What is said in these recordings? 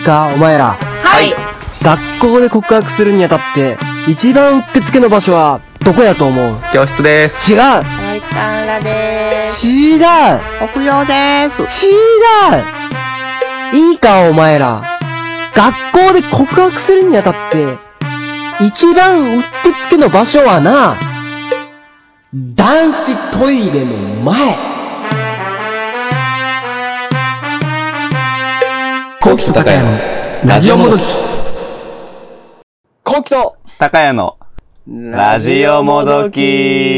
かお前ら。 はい。 学校で告白するにあたって一番うってつけの場所はどこやと思う？ 教室です。 違う。 はい、からでーす。 違う。 屋上でーす。 違う。いいかお前ら。学校で告白するにあたって一番うってつけの場所はな、男子トイレの前。コウキとタカヤのラジオもどき。 コウキとタカヤのラジオもどき。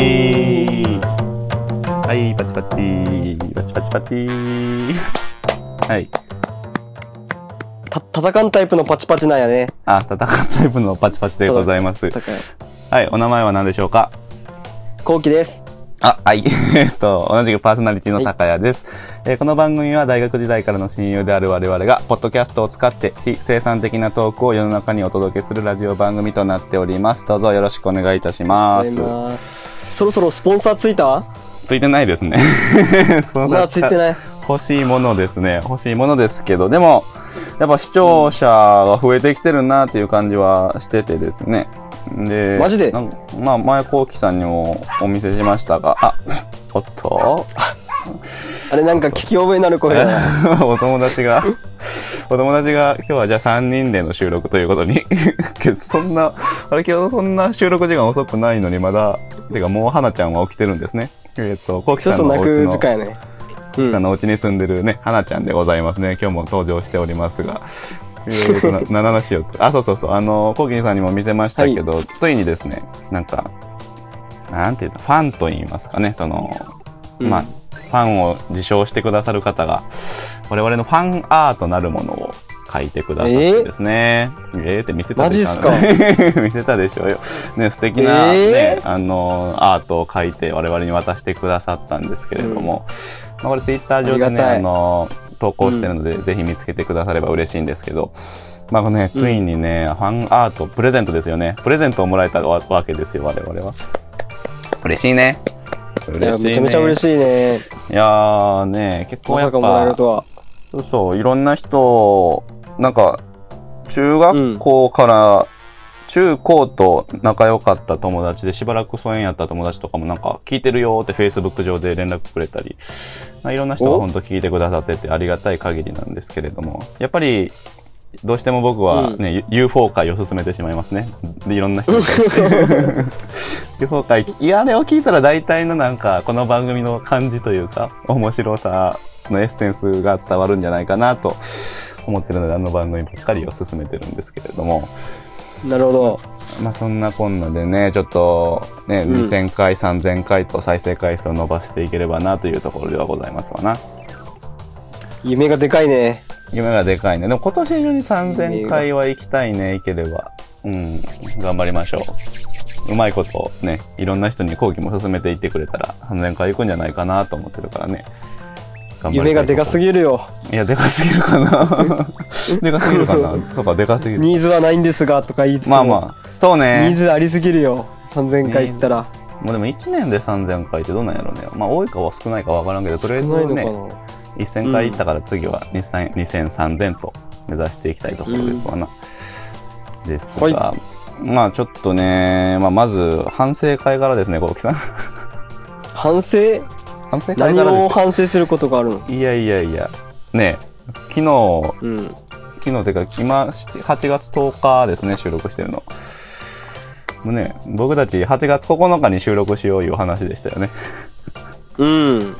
はい、パチパチパチパチパチ。はい。 叩かんタイプのパチパチなんやね。 あ、叩かんタイプのパチパチでございます。はい、お名前は何でしょうか？ コウキです。 あ、はい。同じくパーソナリティの高谷です、はい。この番組は大学時代からの親友である我々が、ポッドキャストを使って非生産的なトークを世の中にお届けするラジオ番組となっております。どうぞよろしくお願いいたします。 そろそろスポンサーついた？ ついてないですね。スポンサーついてない。 欲しいものですね。欲しいものですけど、でも、やっぱ視聴者が増えてきてるなっていう感じはしててですね。で、 マジで？ まあ、前、コウキさんにもお見せしましたが、あ、おっとあれなんか聞き覚えになる声だな。 お友達が今日はじゃあ3人での収録ということに。けど今日そんな収録時間遅くないのにまだ、てかもう花ちゃんは起きてるんですね。コウキさんのお家の、 泣く時間やね。 コウキさんのお家に住んでるね、花ちゃんでございますね。今日も登場しておりますが。何のしようと。あ、そう。コウキさんにも見せましたけど、はい、ついにですね、なんていうの、ファンと言いますかね、まあ、ファンを自称してくださる方が、我々のファンアートなるものを書いてくださってですね。って見せたでしょ。 マジっすか？ 見せたでしょうよ。ね、素敵なね、アートを書いて我々に渡してくださったんですけれども、まあ、これツイッター上でね、投稿してるので、ぜひ見つけてくだされば嬉しいんですけど、まあね、ついにね、ファンアート、プレゼントですよね。プレゼントをもらえたわけですよ、我々は。嬉しいね。 めちゃめちゃ嬉しいね。 いやーね、結構やっぱ、 まさかもらえるとは。 そう、いろんな人、なんか、中学校から、中高と仲良かった友達でしばらく疎遠やった友達とかもなんか聞いてるよって Facebook 上で連絡くれたり、まあ、いろんな人が本当聞いてくださっててありがたい限りなんですけれども、やっぱりどうしても僕はね、UFO 会を進めてしまいますね。でいろんな人に対して UFO 会、あれを聞いたら大体のなんかこの番組の感じというか面白さのエッセンスが伝わるんじゃないかなと思ってるので、あの番組ばっかりを進めてるんですけれども。 なるほど。 まあそんなこんなでね、ちょっとね、2000回、3000回と再生回数を伸ばしていければなというところではございますわな。 夢がでかいね。 夢がでかいね。でも今年中に3000回は行きたいね、行ければ。頑張りましょう。うまいことね、いろんな人に講義も進めていってくれたら3000回行くんじゃないかなと思ってるからね。 夢がでかすぎるよ。 いや、でかすぎるかな。でかすぎるかな。そうか、でかすぎる。 ニーズはないんですがとか言いつつも、 まあそうね。 ニーズありすぎるよ。3000回行ったら。 もうでも1年で3000回ってどうなんやろうね。まあ多いかは少ないかわからんけど、とりあえずね、1000回行ったから次は2000、3000と目指していきたいところですわな。ですが、はい、まあちょっとね、まず反省会からですね、コウキさん。 反省会からです。 何を反省することがあるの？ いやね、昨日てか今8月10日ですね、収録してるの。もうね、僕たち8月9日に収録しよういう話でしたよね。8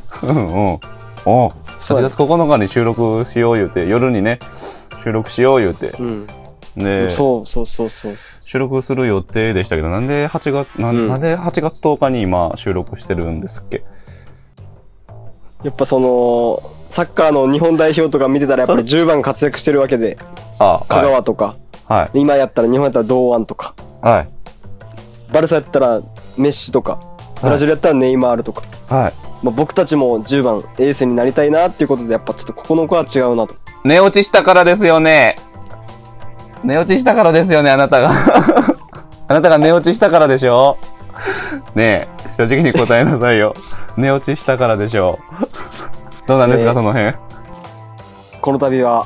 月9日に収録しよう言うて、夜にね収録しよう言うて、で、 そう収録する予定でしたけど、なんで8月10日に今収録してるんですっけ？ やっぱサッカーの日本代表とか見てたらやっぱり10番活躍してるわけで、香川とか、はい、今やったら日本やったら堂安とか、はい、バルサやったらメッシとか、ブラジルやったらネイマールとか、はい、僕たちも10番エースになりたいなっていうことで、やっぱちょっとここの子は違うなと。 寝落ちしたからですよね。あなたがあなたが寝落ちしたからでしょ。ねえ、正直に答えなさいよ。寝落ちしたからでしょう。どうなんですか、その辺。 この度は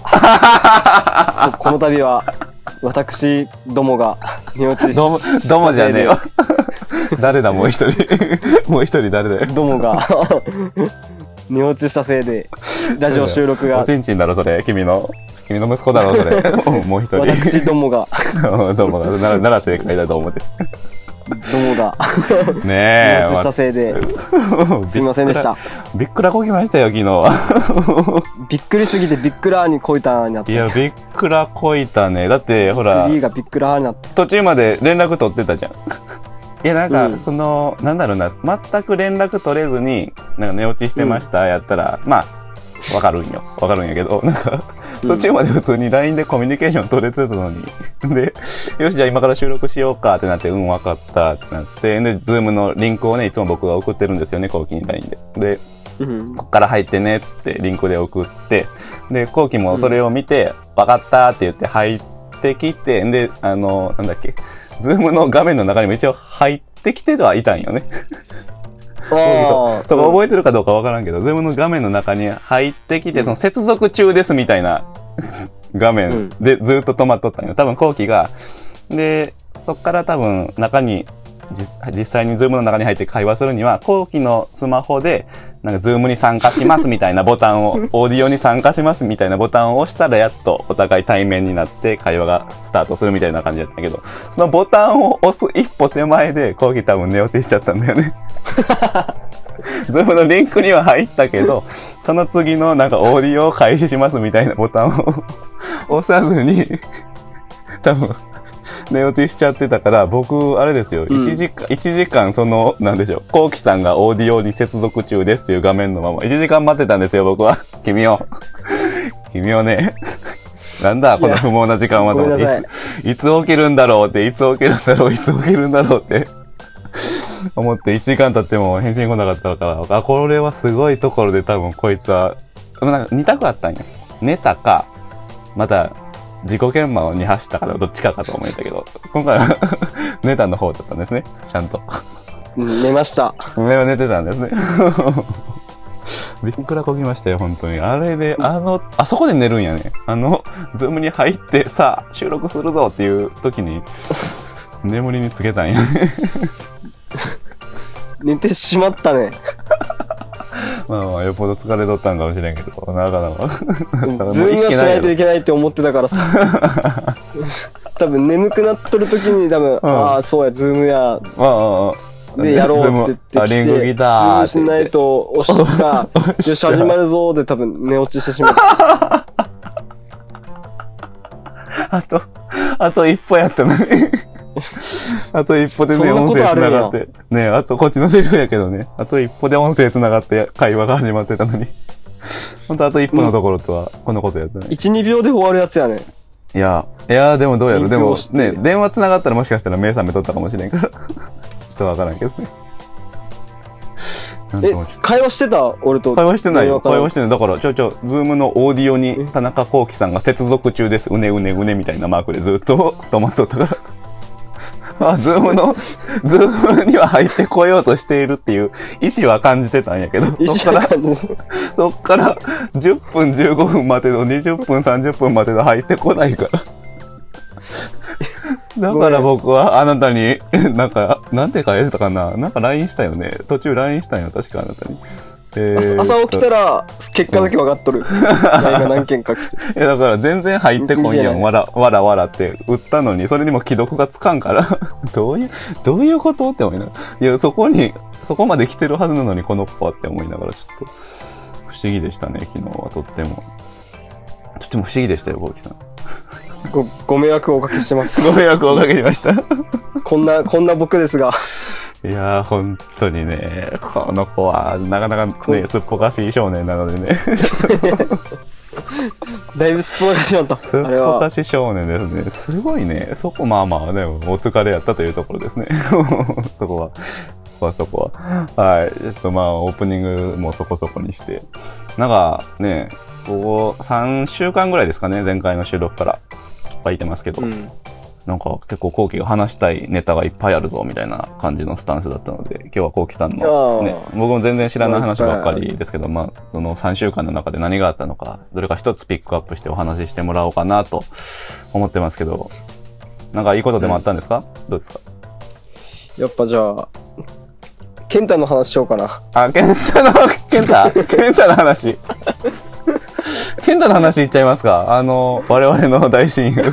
私どもが寝落ちしたどもじゃねえよ誰だもう一人もう一人誰だよどもが寝落ちしたせいでラジオ収録がおちんちんだろそれ君の息子だろそれもう一人私どもがなら正解だと思ってどもがねえ寝落ちしたせいですいませんでした。 びっくらこきましたよ昨日はびっくりすぎてびっくらにこいたになった。 いやびっくらこいたね。だってほらびっくらになった。 途中まで連絡取ってたじゃんいやなんか、なんだろうな、全く連絡取れずになんか寝落ちしてました、やったらまあわかるんやけど、なんか途中まで普通に LINE でコミュニケーション取れてたのにでよしじゃあ今から収録しようかってなってわかったってなってで Zoom のリンクをねいつも僕が送ってるんですよね後期に LINE でこっから入ってねっつってリンクで送ってで後期もそれを見てわかったって言って入ってきてでなんだっけズームの画面の中にも一応入ってきてはいたんよねそこ覚えてるかどうかわからんけど、ズームの画面の中に入ってきて、その接続中ですみたいな画面でずっと止まっとったんよ。多分後期が。で、そっから多分中に、実際にズームの中に入って会話するには、後期のスマホで、なんかズームに参加しますみたいなボタンを、オーディオに参加しますみたいなボタンを押したらやっとお互い対面になって会話がスタートするみたいな感じだったけど、そのボタンを押す一歩手前で後期多分寝落ちしちゃったんだよね。ズームのリンクには入ったけど、その次のなんかオーディオを開始しますみたいなボタンを押さずに、多分、寝落ちしちゃってたから、僕、あれですよ、1時間なんでしょう、コウキさんがオーディオに接続中ですっていう画面のまま、1時間待ってたんですよ、僕は。君をね、なんだ、この不毛な時間はと思って、いつ起きるんだろうって、って思って、1時間経っても返信来なかったから、これはすごいところで多分こいつは、なんか2択あったんや。寝たか、また、自己研磨に走ったかどっちかと思ったけど、今回は寝たの方だったんですね、ちゃんと。 寝ました。 寝てたんですね。びっくらこきましたよ、本当に。あれで、あそこで寝るんやね。ズームに入って、さあ、収録するぞっていう時に、眠りにつけたんやね。 寝てしまったね。 まあよっぽど疲れとったんかもしれんけど、なかなか。 ズームはしないといけないって思ってたからさ。多分眠くなっとる時にああ、そうや、ズームや。で、やろうって言ってきて、ズームしないと押した、よし、始まるぞで多分寝落ちしてしまった。 あと一歩やったのに。あと一歩でね、音声繋がって。ねあとこっちのセリフやけどね。あと一歩で音声繋がって会話が始まってたのに。ほんとあと一歩のところとは、このことやったね。 1、2秒で終わるやつやね。 いや、でもどうやろ。でもね、電話繋がったらもしかしたら目覚めとったかもしれんから。ちょっとわからんけどね。 会話してた俺と。 会話してないよ。だから、ズームのオーディオに田中幸喜さんが接続中です。うねうねうねみたいなマークでずっと止まっとったから。ズームには入ってこようとしているっていう意思は感じてたんやけど、そっから10分15分までの20分30分までの入ってこないから。だから僕はあなたに、なんて返したかな、なんか LINE したよね。途中 LINE したんよ、確かあなたに。 朝起きたら結果だけ分かっとる。LINE が何件か来て。 だから全然入ってこんやん。わらって打ったのに、それにも既読がつかんから、どういうことって思いながら。いや、そこまで来てるはずなのにこの子はって思いながら、ちょっと不思議でしたね、昨日はとっても不思議でしたよ、コウキさん。 ご迷惑をおかけしてます。 ご迷惑をおかけしました。 こんな僕ですが。 いやー、本当にね、この子はなかなかね、すっぽかしい少年なのでね。 だいぶすっぽかしまった。 すっぽかし少年ですね。すごいね。そこまあまあね、お疲れやったというところですね。そこは。はい。ちょっとまあ、オープニングもそこそこにして。なんかね、ここ3週間ぐらいですかね、前回の収録から。書いてますけど。 なんか結構コウキが話したいネタがいっぱいあるぞみたいな感じのスタンスだったので、今日はコウキさんのね、僕も全然知らない話ばっかりですけど、まあ、その3週間の中で何があったのか、どれか一つピックアップしてお話ししてもらおうかなと思ってますけど、なんかいいことでもあったんですか？どうですか？ やっぱじゃあ、ケンタの話しようかな。 あ、ケンタの話ケンタの話いっちゃいますか？我々の大親友。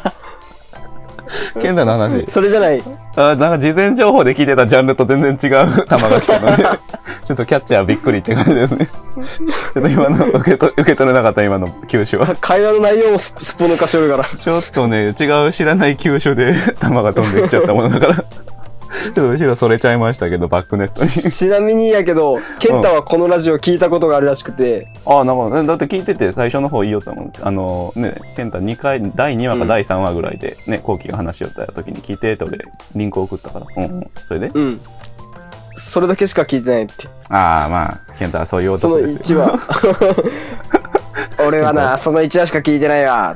ケンタの話。 それじゃない。 なんか事前情報で聞いてたジャンルと全然違う球が来たので、ちょっとキャッチャーびっくりって感じですね。ちょっと今の受け取れなかった今の球種は。 会話の内容もすっぽ抜かしよるから。 ちょっとね、違う知らない球種で球が飛んできちゃったものだから。ちょっと後ろそれちゃいましたけど、バックネットに。 ちなみにやけど、ケンタはこのラジオ聞いたことがあるらしくて。 なんか、だって聞いてて最初の方いいよって思う。ね、ケンタ2回、第2話か第3話ぐらいでね、コウキが話しよった時に聞いてって俺、リンク送ったから。それで？ それだけしか聞いてないって。 まあ、ケンタはそういう男ですよ。 その1話。俺はな、その1話しか聞いてないわ。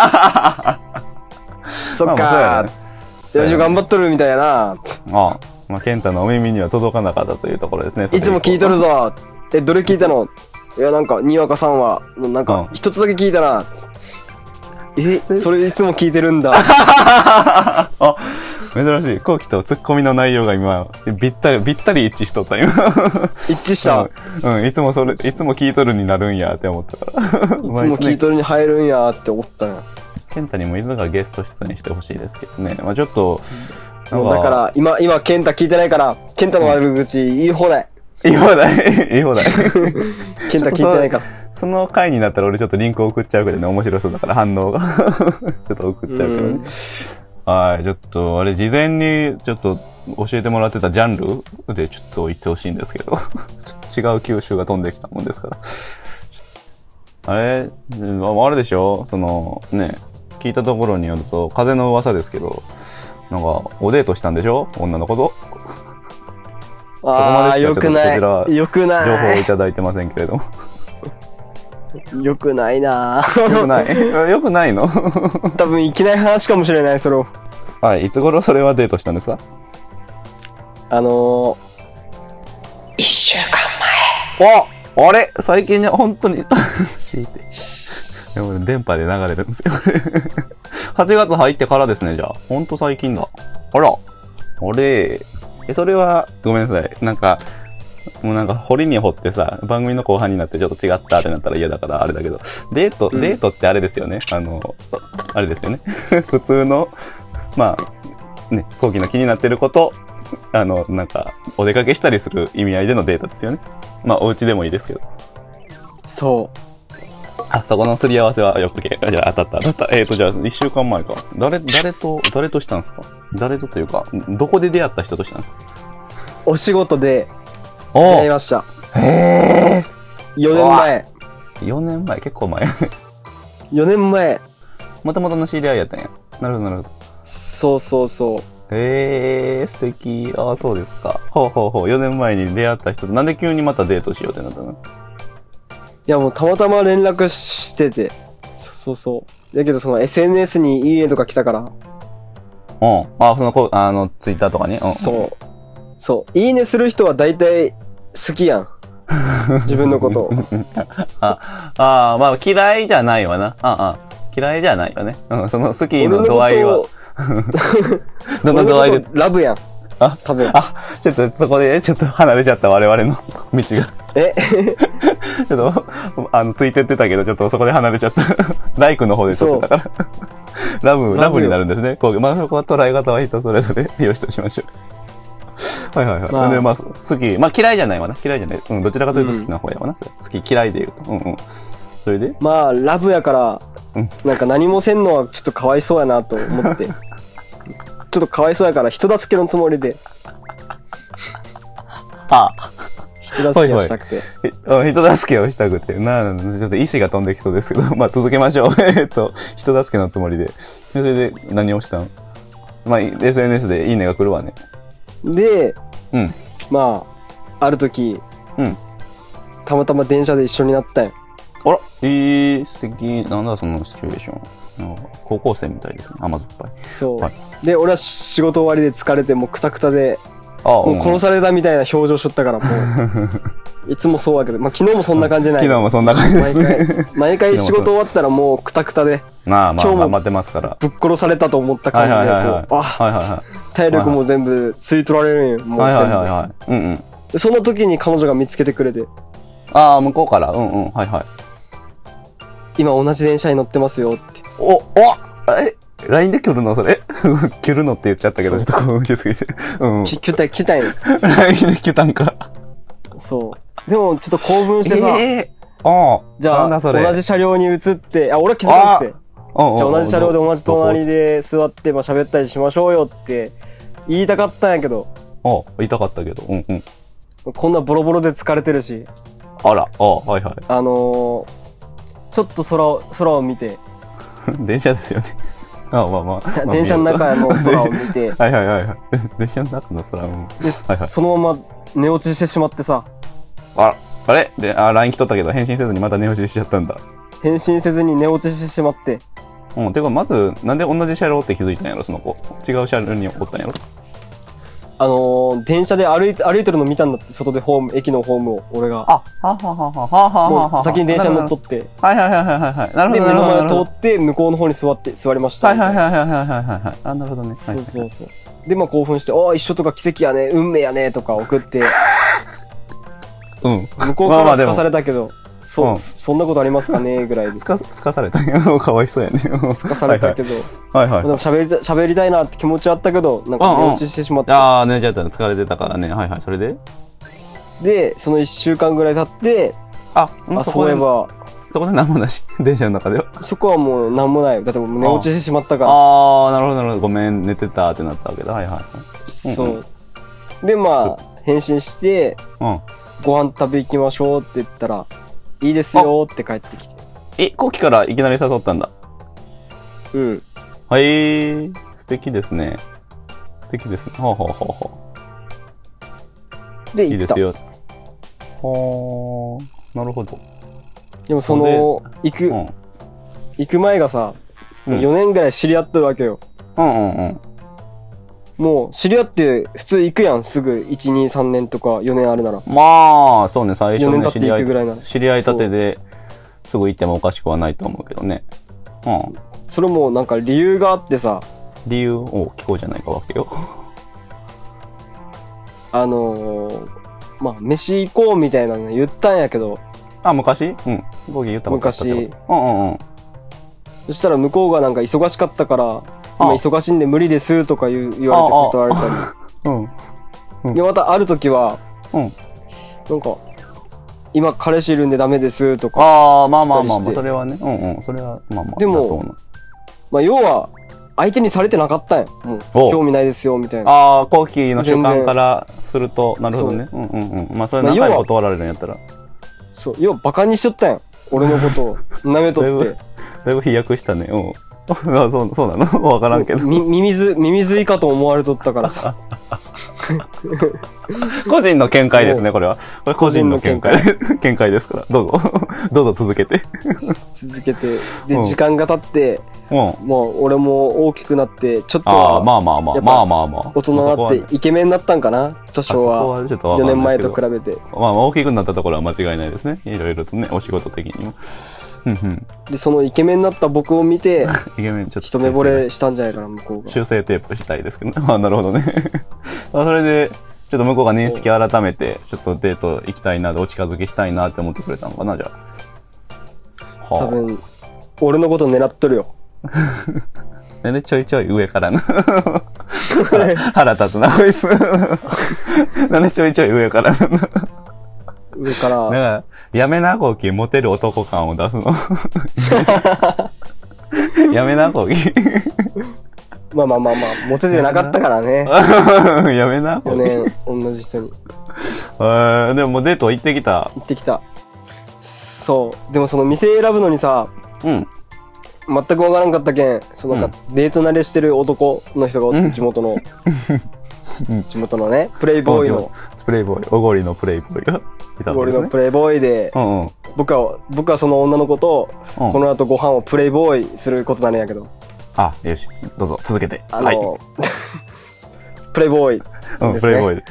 そっかー。ラジオ頑張っとるみたいやな。 まあ、ケンタのお耳には届かなかったというところですね。 いつも聞いとるぞ。どれ聞いたの？いや、なんか2話か3話のなんか一つだけ聞いたな。それいつも聞いてるんだ。 珍しい。コウキとツッコミの内容が今ぴったり一致しとった今。 一致した。 いつも聞いとるになるんやって思ったから。いつも聞いとるに入るんやって思ったんや。 ケンタにもいつかゲスト出演してほしいですけどね。まあちょっとだから今ケンタ聞いてないからケンタの悪口言い放題。 言い放題。 ケンタ聞いてないから。 その回になったら俺ちょっとリンク送っちゃうけどね、面白そうだから反応がちょっと送っちゃうけどね。はい、ちょっとあれ事前にちょっと教えてもらってたジャンルでちょっと言ってほしいんですけど、ちょっと違う球種が飛んできたもんですから。あれでしょ？そのね。聞いたところによると風の噂ですけど、なんかおデートしたんでしょ？女の子と。そこまでしかちょっとこちらは情報をいただいてませんけれども。 よくないな。 よくないの？ 多分いきなり話かもしれないそれを。 はい、いつ頃それはデートしたんですか ？1週間前。あれ最近ね本当に強いて。でも電波で流れるんですよ。8月入ってからですね、じゃあ。ほんと最近だ。あら。それは、ごめんなさい。なんか、もうなんか掘りに掘ってさ、番組の後半になってちょっと違ったってなったら嫌だからあれだけど、デートってあれですよね。あれですよね。普通の、まあ、ね、後期の気になってること、なんか、お出かけしたりする意味合いでのデートですよね。まあ、お家でもいいですけど。 そう。 そこのすり合わせはよくじゃあ当たった。じゃあ1週間前か。誰としたんですか？誰とというか、どこで出会った人としたんですか？ お仕事で出会いました。 へー。 4年前。 4年前、結構前。 4年前。 もともとの知り合いやったんや。なるほど。 そう。素敵。そうですか。ほう。4年前に出会った人と、なんで急にまたデートしようってなったの？ いやもうたまたま連絡してて。そう。だけどその SNS にいいねとか来たから。 ツイッターとかね。 そう。いいねする人は大体好きやん。自分のことを。 まあ嫌いじゃないわな。嫌いじゃないよね。その好きの度合いは。どの度合いで。 ラブやん。多分。 ちょっとそこでちょっと離れちゃった我々の道が。ちょっと、ついてってたけど、ちょっとそこで離れちゃった。ライクの方で撮ってたから。ラブになるんですね。まあ、そこは捉え方は人それぞれよしとしましょう。はい。で、まあ、好き。まあ、嫌いじゃないわな。嫌いじゃない。どちらかというと好きな方やわな。好き嫌いで言うと。それでまあ、ラブやから、なんか何もせんのはちょっとかわいそうやなと思って。ちょっとかわいそうやから人助けのつもりで。人助けをしたくて。 人助けをしたくて。ちょっと意志が飛んできそうですけど、まあ続けましょう。人助けのつもりで。それで何をしたん？まあ SNS でいいねが来るわね。 で、まあ、ある時、たまたま電車で一緒になったんよ。 素敵。なんだそのシチュエーション。高校生みたいですね。甘酸っぱい。 そう。はい、で、俺は仕事終わりで疲れて、もうクタクタで、もう殺されたみたいな表情しとったから、もう、いつもそうだけど、まあ昨日もそんな感じじゃない。 昨日もそんな感じですね。 毎回仕事終わったらもうクタクタで、 まあまあ頑張ってますから。 ぶっ殺されたと思った感じで、体力も全部吸い取られるんよ、もう全部。でその時に彼女が見つけてくれて。 ああ、向こうから。はいはい。 今同じ電車に乗ってますよって。 LINE で来るのそれ来るのって言っちゃったけど、ちょっと興奮しすぎて。 来たんよ。 LINE で来たんか。 そう。でもちょっと興奮してさ、じゃあ同じ車両に移って、俺は気づかなくて。じゃあ同じ車両で同じ隣で座って、まあ喋ったりしましょうよって言いたかったんやけど。 言いたかったけど。 こんなボロボロで疲れてるし。 あら、はいはい。 ちょっと空を見て。 電車ですよね。まあ。 電車の中の空を見て。 はい。電車の中の空を。 で、そのまま寝落ちしてしまってさ。 あれで、LINE 来とったけど返信せずにまた寝落ちしちゃったんだ。 返信せずに寝落ちしてしまって。 てかまず、なんで同じ車両って気づいたんやろ、その子。違う車両におったんやろ。 電車で歩いてるの見たんだって、外で駅のホームを、俺が。もう先に電車に乗っとって。 はい。なるほど。で、 目の前を通って、向こうの方に座りました。 はい。なるほどね。 そう。で、まあ興奮して、一緒とか奇跡やね、運命やね、とか送って。向こうからすかされたけど、そんなことありますかねぐらいで。 すかされたんや。かわいそうやね。 すかされたけど。 はい。 でも喋りたいなって気持ちはあったけど、なんか寝落ちしてしまって。 寝ちゃったの疲れてたからね。はい。それでその1週間ぐらい経って、そういえば。 そこで何もなし。電車の中では。 そこはもう何もないよ。だってもう寝落ちしてしまったから。 なるほど。ごめん、寝てたってなったわけだ。はい。 そう。で、まあ、返信して、ご飯食べ行きましょうって言ったら、いいですよって帰ってきて。 後期からいきなり誘ったんだ。 はい。 素敵ですね。 で、 いいですよ。なるほど。 でも行く前がさ、4年ぐらい知り合ってるわけよ。もう知り合って普通行くやん、すぐ1、2、3年とか4年あるなら。 まあそうね、最初ね知り合いたてですぐ行ってもおかしくはないと思うけどね。 それもなんか理由があってさ。 理由を聞こうじゃないかわけよ。 まあ飯行こうみたいなの言ったんやけど。 昔？ボギー言った昔。そしたら向こうがなんか忙しかったから、今忙しいんで無理ですとか言われて断られたり。で、またある時は、なんか、今彼氏いるんでダメですとか。 まあ、それはね。それは、まあ。 でも、要は、相手にされてなかったんや。もう、興味ないですよ、みたいな。 後期の習慣からすると、なるほどね。まあ、それ何回も断られるんやったら。 そう、要はバカにしとったんや。俺のことを舐めとって。 だいぶ飛躍したね。そうなのわからんけど。 ミミズ以下と思われとったからさ。 個人の見解ですね、これは。これ個人の見解ですから。どうぞ続けて。で、時間が経って、もう俺も大きくなって、ちょっとは、 まあ。 大人になってイケメンになったんかな、年は。4年前と比べて。 大きくなったところは間違いないですね。いろいろとね、お仕事的にも。 で、そのイケメンになった僕を見て、 一目惚れしたんじゃないかな、向こうが。 修正テープしたいですけどね。なるほどね。それで、ちょっと向こうが認識改めて、ちょっとデート行きたいな、お近づきしたいなって思ってくれたのかな、じゃあ。多分、俺のこと狙っとるよ。 なんでちょいちょい上からな。腹立つな、こいつ。なんでちょいちょい上からな。 上から。 だから、やめな、コウキ、モテる男感を出すの。やめな、コウキ。 まあ、モテてなかったからね。 やめな、 4年、同じ人に。 でももうデート行ってきた。 行ってきた。そう。でもその店選ぶのにさ、全くわからんかったけん、なんかデート慣れしてる男の人がおって、地元の。 地元のね、プレイボーイの。 プレイボーイ、おごりのプレイボーイがいたんですね。 おごりのプレイボーイで、僕はその女の子と、この後ご飯をプレイボーイすることなんやけど。 あ、よし、どうぞ、続けて。 はい。プレイボーイ。 プレイボーイで。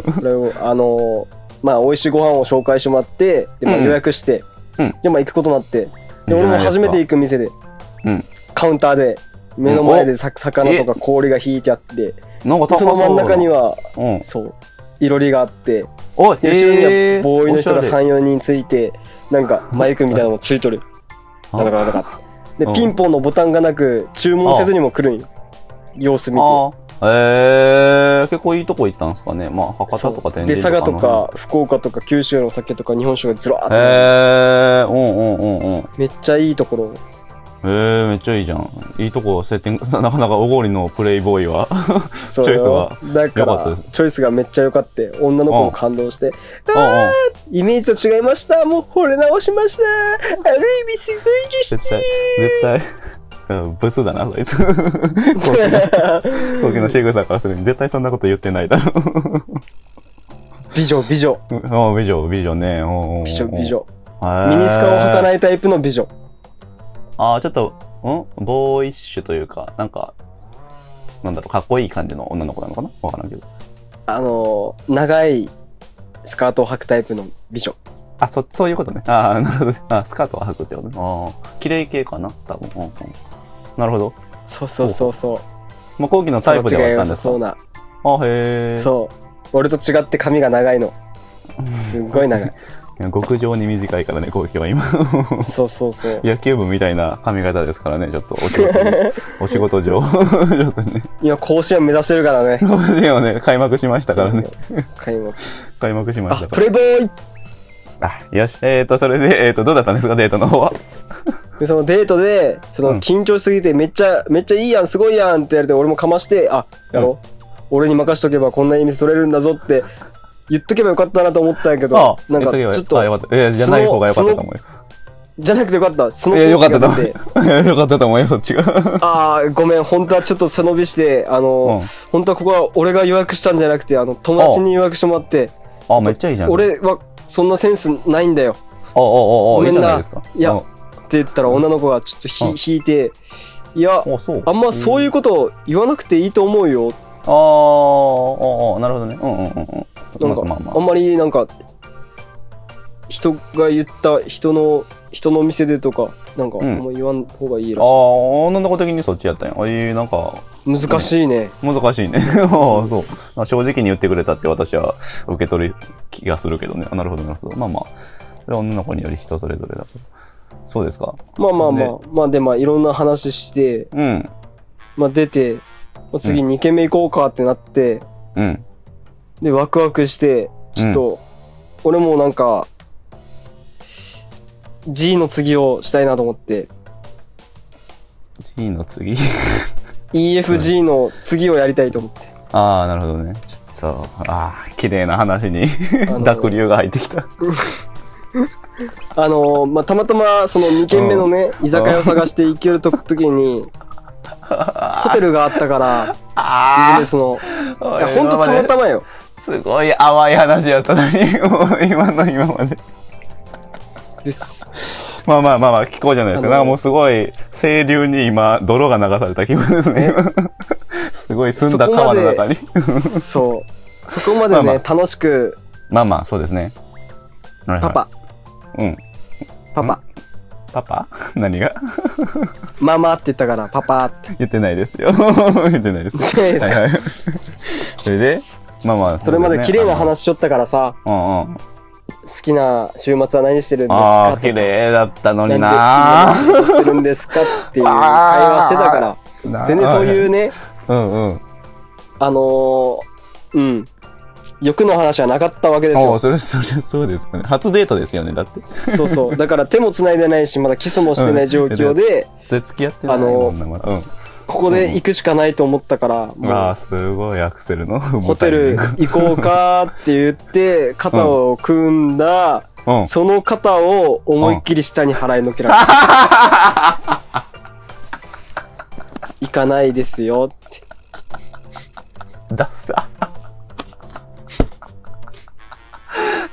まあ、美味しいご飯を紹介してもらって、で、まあ、予約して、で、まあ、行くことになって、で、俺も初めて行く店で、カウンターで、目の前で魚とか氷が引いてあって、その真ん中には、そう、いろりがあって、後ろにはボーイの人が3、4人ついて、なんかマイクみたいなのもついとる。ガタガタガタ。で、ピンポンのボタンがなく、注文せずにも来るんよ。様子見て。 結構いいとこ行ったんですかね。まあ、博多とか天神とか。 で、佐賀とか福岡とか九州の酒とか日本酒がずらーっと。めっちゃいいところ。 めっちゃいいじゃん。いいとこセッティング、なかなかおごりのプレイボーイはチョイスが良かったです。 チョイスがめっちゃ良かった。女の子も感動して、イメージと違いました。もう惚れ直しました。ある意味すごいですね。 絶対ブスだな、そいつ。高貴の仕草からするに絶対そんなこと言ってないだろ。 美女。 美女ね。 美女。ミニスカを履かないタイプの美女。 ちょっと、ボーイッシュというか、なんか、なんだろう、かっこいい感じの女の子なのかな、わからんけど。 長いスカートを履くタイプの美女。 そういうことね。なるほどね。スカートを履くってことね。綺麗系かな、多分。なるほど。 そう。 もう後期のタイプではあったんですか？ そうな。 へー。 そう。俺と違って髪が長いの。すっごい長い。 極上に短いからね、後期は今。 そう。 野球部みたいな髪型ですからね、ちょっとお仕事上。ちょっとね。 今、甲子園目指してるからね。 甲子園をね、開幕しましたからね。 開幕しましたから。 プレイボーイ！ よし。それで、どうだったんですか、デートの方は。 で、そのデートで、緊張しすぎて、めっちゃいいやん、すごいやんってやれて、俺もかまして、やろう。俺に任しとけばこんな意味取れるんだぞって言っとけばよかったなと思ったんやけど、なんかちょっと、 じゃない方がよかったと思うよ。 じゃなくてよかった。そのよかったと思う。よかったと思うよ、そっちが。 ごめん、本当はちょっと背伸びして、本当はここは俺が予約したんじゃなくて、友達に予約してもらって。 めっちゃいいじゃん。 俺はそんなセンスないんだよ。 ごめんな。いや、って言ったら女の子がちょっと引いて、いや、あんまそういうこと言わなくていいと思うよ。 なるほどね。 なんか、あんまりなんか、人が言った人の店でとか、なんか、あんま言わん方がいいらしい。 女の子的にそっちやったんや。なんか。 難しいね。 難しいね。そう。正直に言ってくれたって私は受け取る気がするけどね。なるほど。まあ。それは女の子により人それぞれだから。そうですか。 まあ、で、いろんな話して、出て、次2軒目行こうかってなって、で、ワクワクして、ちょっと、俺もなんか、G の次をしたいなと思って。 G の次 EFG の次をやりたいと思って。 なるほどね。ちょっと綺麗な話に濁流が入ってきた。たまたまその2軒目のね、居酒屋を探して行ける時に、ホテルがあったから、ビジネスの。いや、ほんとたまたまよ。 すごい淡い話やったのに、もう今まで。 です。 まあ、聞こうじゃないですか。なんかもうすごい、清流に今、泥が流された気分ですね。すごい澄んだ川の中に。 そう。そこまでね、楽しく。 まあ、そうですね。 パパ。 パパ何がママって言ったからパパって言ってないですよ。言ってないです。それでそれまで綺麗な話しちょったからさ、好きな週末は何してるんですか？ 綺麗だったのにな。 何してるんですかっていう会話してたから、全然そういうね、欲の話はなかったわけですよ。 それそうですよね。初デートですよね、だって。 そう。だから手も繋いでないし、まだキスもしてない状況で、 付き合ってないもんな、まだ。 ここで行くしかないと思ったから、 すごいアクセルのホテル行こうかって言って肩を組んだ、その肩を思いっきり下に払いのけられた。行かないですよって。 ダッサ。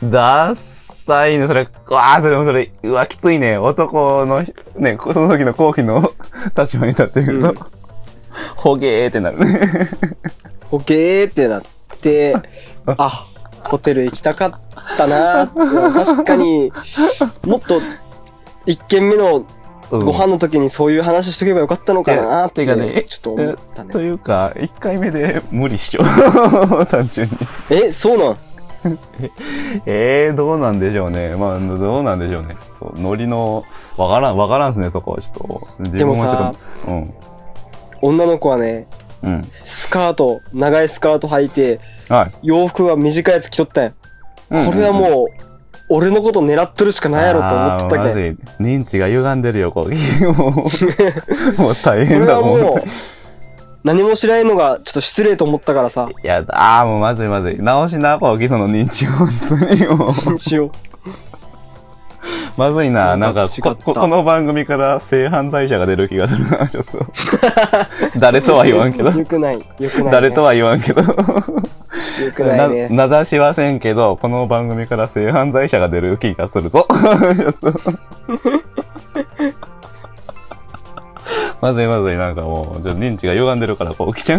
ダッサいね、それ。それもそれ、うわ、きついね。男の、ね、その時の後期の立場に立ってみると、ほげーってなるね。 ほげーってなって、ホテル行きたかったなー。確かに、もっと、1軒目のご飯の時にそういう話しとけばよかったのかなーって、ね、ちょっと思ったね。 というか、1回目で無理っしょ。単純に。 そうなんどうなんでしょうね。まあ、どうなんでしょうね。ノリの、わからんっすね、そこは。ちょっと。 でもさ、女の子はね、スカート、長いスカート履いて、洋服は短いやつ着とったんや。これはもう、俺のこと狙っとるしかないやろと思っとったけん。 まずい。認知が歪んでるよ、こう。もう大変だもん。もう何も知らないのがちょっと失礼と思ったからさ。 いや、もうまずい。直しな、こう、その認知を、本当にもう。 認知を。 まずいな。なんかこの番組から性犯罪者が出る気がするな、ちょっと。誰とは言わんけど。 よくない。 誰とは言わんけど。よくないね。 名指しはせんけど、この番組から性犯罪者が出る気がするぞ。まずい。なんかもう、認知が歪んでるから、こう、来ちゃう。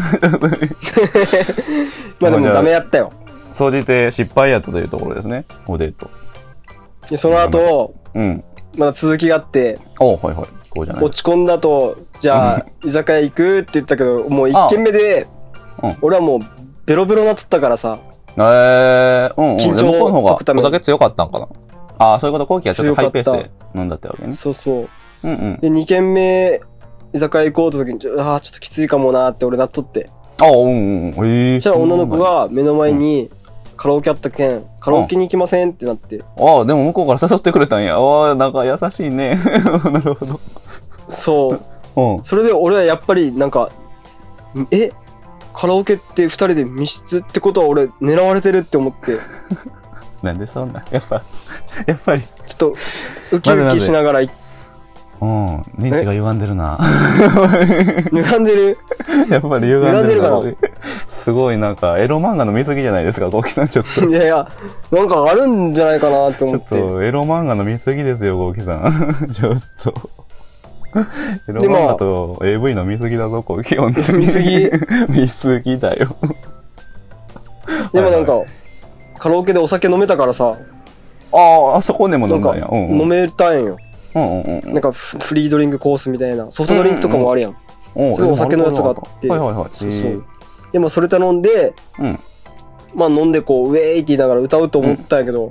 まあでもダメやったよ。 総じて失敗やったというところですね、おデート。 でその後、まだ続きがあって、 はい、聞こうじゃない。 落ち込んだと、じゃあ、居酒屋行くって言ったけど、もう1軒目で、俺はもう、ベロベロなっつったからさ。 緊張を解くために。お酒強かったんかな。そういうこと、後期はちょっとハイペースで飲んだってわけね。 そう。で、2軒目、居酒屋行こうと時に、ちょっときついかもなって俺なっとって。 そしたら女の子が目の前に、カラオケあったけん、カラオケに行きませんってなって。 でも向こうから誘ってくれたんや。なんか優しいね。なるほど。 そう。それで俺はやっぱりなんか、カラオケって2人で密室ってことは俺狙われてるって思って。 なんでそんなやっぱり。 ちょっと、ウキウキしながら認知が歪んでるな。 歪んでるやっぱり歪んでるかな。すごいなんか、エロ漫画の見過ぎじゃないですか、ゴーキさん、ちょっと。 いや、なんかあるんじゃないかなって思って。 ちょっと、エロ漫画の見過ぎですよ、ゴーキさん。ちょっと。エロ漫画と AV の見過ぎだぞ、ゴーキ。本当に。 見過ぎだよ。 でもなんか、カラオケでお酒飲めたからさ。 あそこでも飲んだんや。 飲めたんよ。なんかフリードリンクコースみたいなソフトドリンクとかもあるやん。それお酒のやつがあって、そうでもそれ頼んで、まあ飲んでこうウェーイって言いながら歌うと思ったんやけど、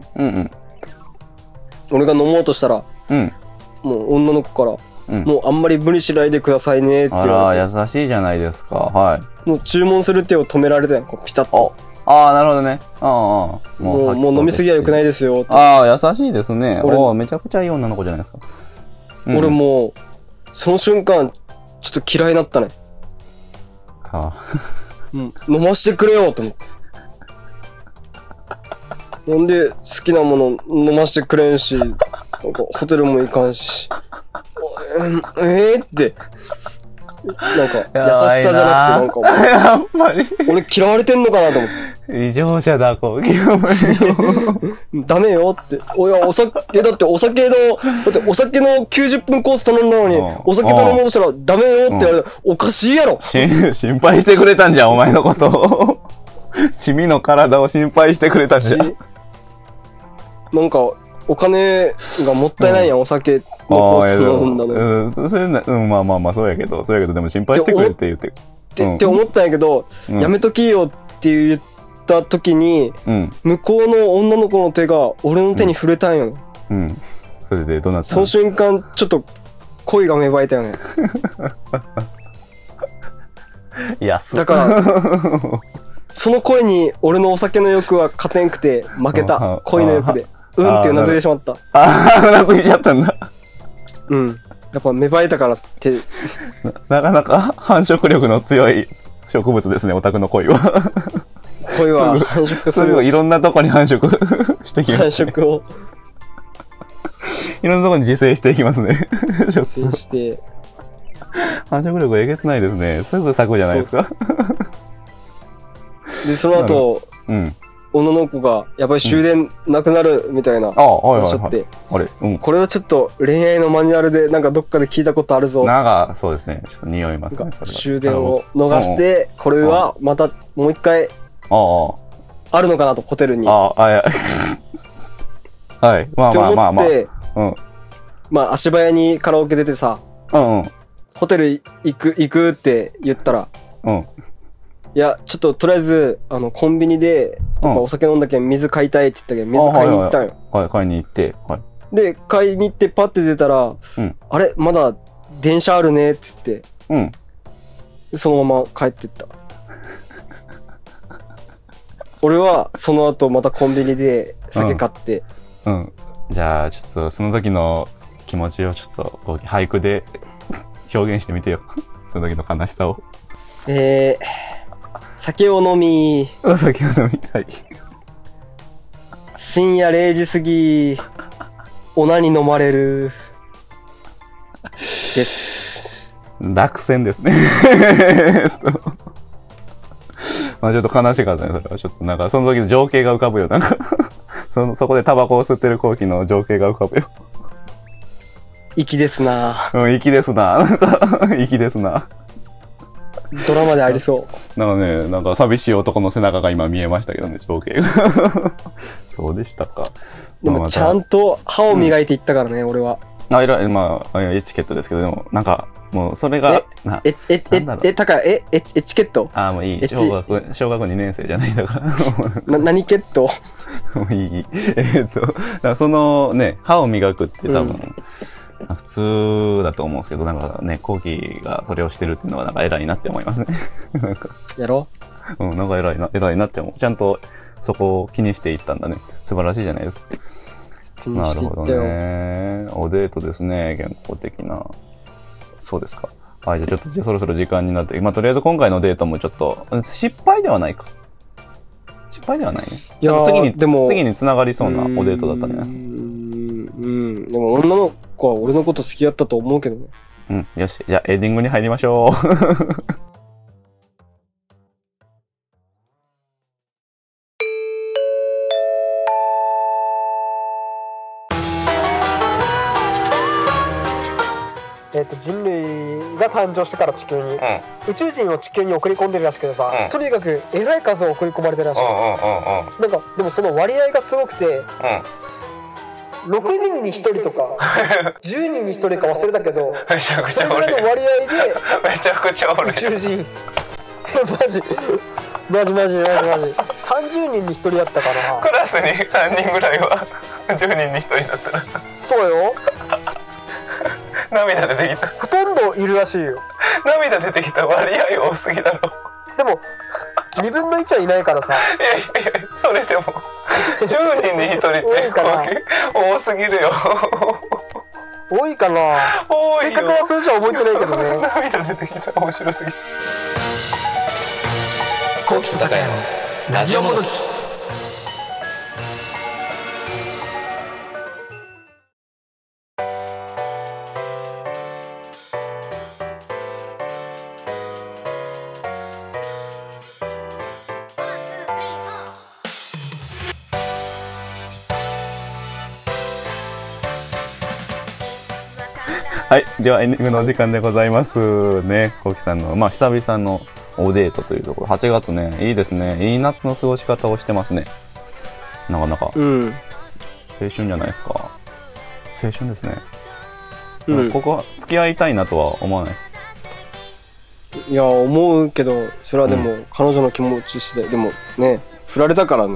俺が飲もうとしたら、もう女の子から、もうあんまり無理しないでくださいねって言われて。 優しいじゃないですか。はい。 もう注文する手を止められたやん、こうピタッと。 なるほどね。 もう飲みすぎは良くないですよ。 優しいですね。めちゃくちゃいい女の子じゃないですか。 俺もう、その瞬間、ちょっと嫌いになったね。飲ましてくれよと思って。なんで好きなもの飲ましてくれんし、なんかホテルも行かんし。って。なんか、優しさじゃなくてなんか、 やっぱり。 俺嫌われてんのかなと思って。 異常者だ、こう。 ダメよって。だってお酒の90分コース頼んだのに、お酒頼もうとしたらダメよって言われたら、おかしいやろ。 心配してくれたんじゃん、お前のことを。チミの体を心配してくれたんじゃん。 なんか、お金がもったいないやん、お酒のコース飲んだの。 それまあ、そうやけど、でも心配してくれって言って。 って思ったんやけど、やめときよって言った時に、向こうの女の子の手が俺の手に触れたんよ。 それでどうなったの？ その瞬間、ちょっと恋が芽生えたよね。だから、その恋に俺のお酒の欲は勝てんくて負けた。恋の欲で。ってうなずいてしまった。 うなずいちゃったんだ。 やっぱ芽生えたからって。 なかなか繁殖力の強い植物ですね、オタクの恋は。 恋は繁殖する。 いろんなとこに繁殖してきます。 繁殖を。 いろんなとこに自生していきますね。 自生して。 繁殖力えげつないですね。すぐ咲くじゃないですか。 で、その後、 女の子がやっぱり終電なくなるみたいな話って、これはちょっと恋愛のマニュアルでなんかどっかで聞いたことあるぞ。 なんかそうですね、ちょっと匂いますね。 終電を逃して、これはまたもう一回あるのかなと、ホテルに。 はい、まあまあまあまあ。 って思って、まあ足早にカラオケ出てさ、ホテル行くって言ったら、いや、ちょっととりあえずコンビニでやっぱお酒飲んだけん水買いたいって言ったけん水買いに行ったんよ。 買いに行って、 で買いに行ってパッて出たら、あれまだ電車あるねっつって、そのまま帰ってった。俺はその後またコンビニで酒買って、 じゃあちょっとその時の気持ちをちょっとこう俳句で表現してみてよ。その時の悲しさを。 酒を飲み、 はい。 深夜0時過ぎ、女に飲まれる。です。 落選ですね。まあちょっと悲しかったね、それは。ちょっとなんかその時の情景が浮かぶよ。なんかそこでタバコを吸ってる後期の情景が浮かぶよ。 粋ですな。 粋ですな。粋ですな。 ドラマでありそう。 なんかね、なんか寂しい男の背中が今見えましたけどね、情景が。そうでしたか。 でもちゃんと歯を磨いていったからね、俺は。 まあエチケットですけど、でもなんかもうそれがエチケット？ もういい。小学2年生じゃないんだから。 何ケット？ もういい。だからそのね、歯を磨くって多分、普通だと思うんですけど、なんかね、後期がそれをしてるっていうのはなんか偉いなって思いますね。なんかやろ？ なんか偉いなって思う。ちゃんとそこを気にしていったんだね。素晴らしいじゃないですか。なるほどね。おデートですね、健康的な。そうですか。はい、じゃあちょっとそろそろ時間になって、とりあえず今回のデートもちょっと失敗ではないか。失敗ではないね。いや次に繋がりそうなおデートだったんじゃないですか。 でも女の子は俺のこと好きだったと思うけどね。 よし。じゃあエンディングに入りましょう。 人類が誕生してから地球に、宇宙人を地球に送り込んでるらしくてさ、とにかくえらい数を送り込まれてるらしい。なんかでもその割合がすごくて、6人に1人とか10人に1人か忘れたけど、 めちゃくちゃおる。 それぐらいの割合でめちゃくちゃおる。 宇宙人マジ30人に1人やったかな。 クラスに3人ぐらいは10人に1人だったらそうよ。 涙出てきた。 ほとんどいるらしいよ。 涙出てきた。割合多すぎだろ。 でも2分の1はいないからさ。 いやそれでも10人に1人って多すぎるよ。 多いかな。正確な数字は覚えてないけどね。 涙出てきた。面白すぎる。 後期と高谷のラジオもどき。 はい。ではエンディングのお時間でございますね。こうきさんの、久々のおデートというところ。8月ね、いいですね。いい夏の過ごし方をしてますね。なかなか。青春じゃないですか。青春ですね。ここは付き合いたいなとは思わないですか？ いや、思うけど、それはでも、彼女の気持ち次第。でもね、振られたからね。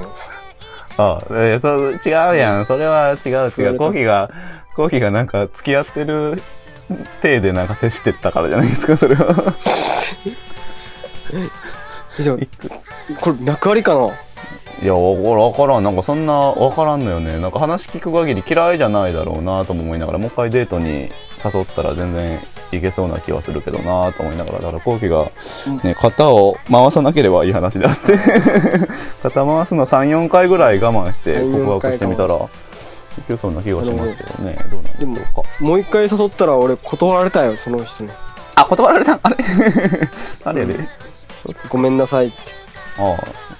違うやん。それは違う。コーヒーがなんか付き合ってる体でなんか接してったからじゃないですか、それは。 これ仲ありかな。 いや、わからん。なんかそんなわからんのよね。なんか話聞く限り嫌いじゃないだろうなとも思いながら、もう一回デートに誘ったら全然いけそうな気はするけどなと思いながら、だからコウキがね、肩を回さなければいい話であって肩回すの 3,4 回ぐらい我慢して告白してみたらいけそうな気がしますけどね。どうなんでしょうか。 もう一回誘ったら俺断られたよ、その人に。 断られた。あれあれで、 ごめんなさいって。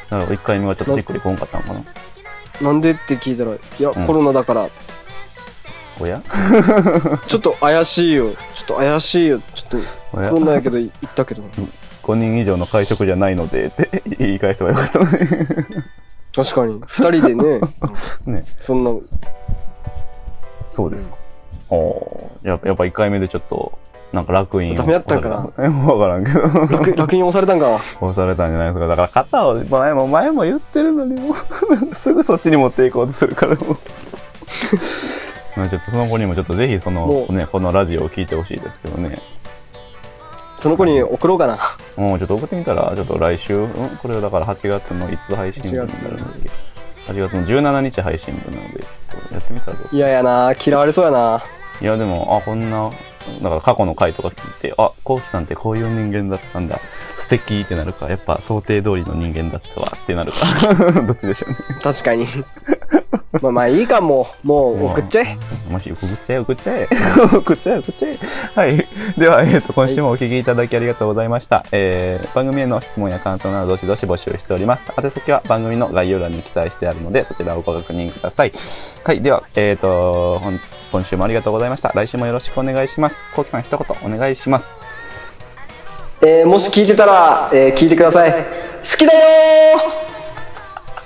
だから1回目はちょっとしっくりこんかったのかな。 なんでって聞いたら、いや、コロナだからって。 おやちょっと怪しいよ。ちょっとコロナやけど言ったけど。 5人以上の会食じゃないのでって言い返せばよかったのね。 確かに。2人でね。 ね。 そんな。 そうですか。やっぱ1回目でちょっと、なんか楽印。 ダメやったんかな。 わからんけど。 楽印押されたんか。 押されたんじゃないですか。だから肩を前も言ってるのにもうすぐそっちに持っていこうとするからもう。まあちょっとその子にもちょっとぜひそのねこのラジオを聞いてほしいですけどね。 その子に送ろうかな。 もうちょっと送ってみたらちょっと来週、これはだから8月のいつ配信分になるので、8月の17日配信分なのでちょっとやってみたらどうですか。 嫌やな、嫌われそうやな。 いやでもこんなだから過去の回とか聞いてこうきさんってこういう人間だったんだ素敵ってなるか、やっぱ想定通りの人間だったわってなるかどっちでしょうね。 確かにまあいいかもう送っちゃえ。 送っちゃえはい。では、今週もお聞きいただきありがとうございました。番組への質問や感想などどしどし募集しております。宛先は番組の概要欄に記載してあるのでそちらをご確認ください。はい。では、今週もありがとうございました。来週もよろしくお願いします。こうきさん一言お願いします。 もし聞いてたら、聞いてください。好きだよ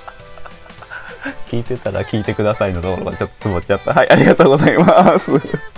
聞いてたら聞いてくださいのところがちょっとつぼっちゃった。はい、ありがとうございます。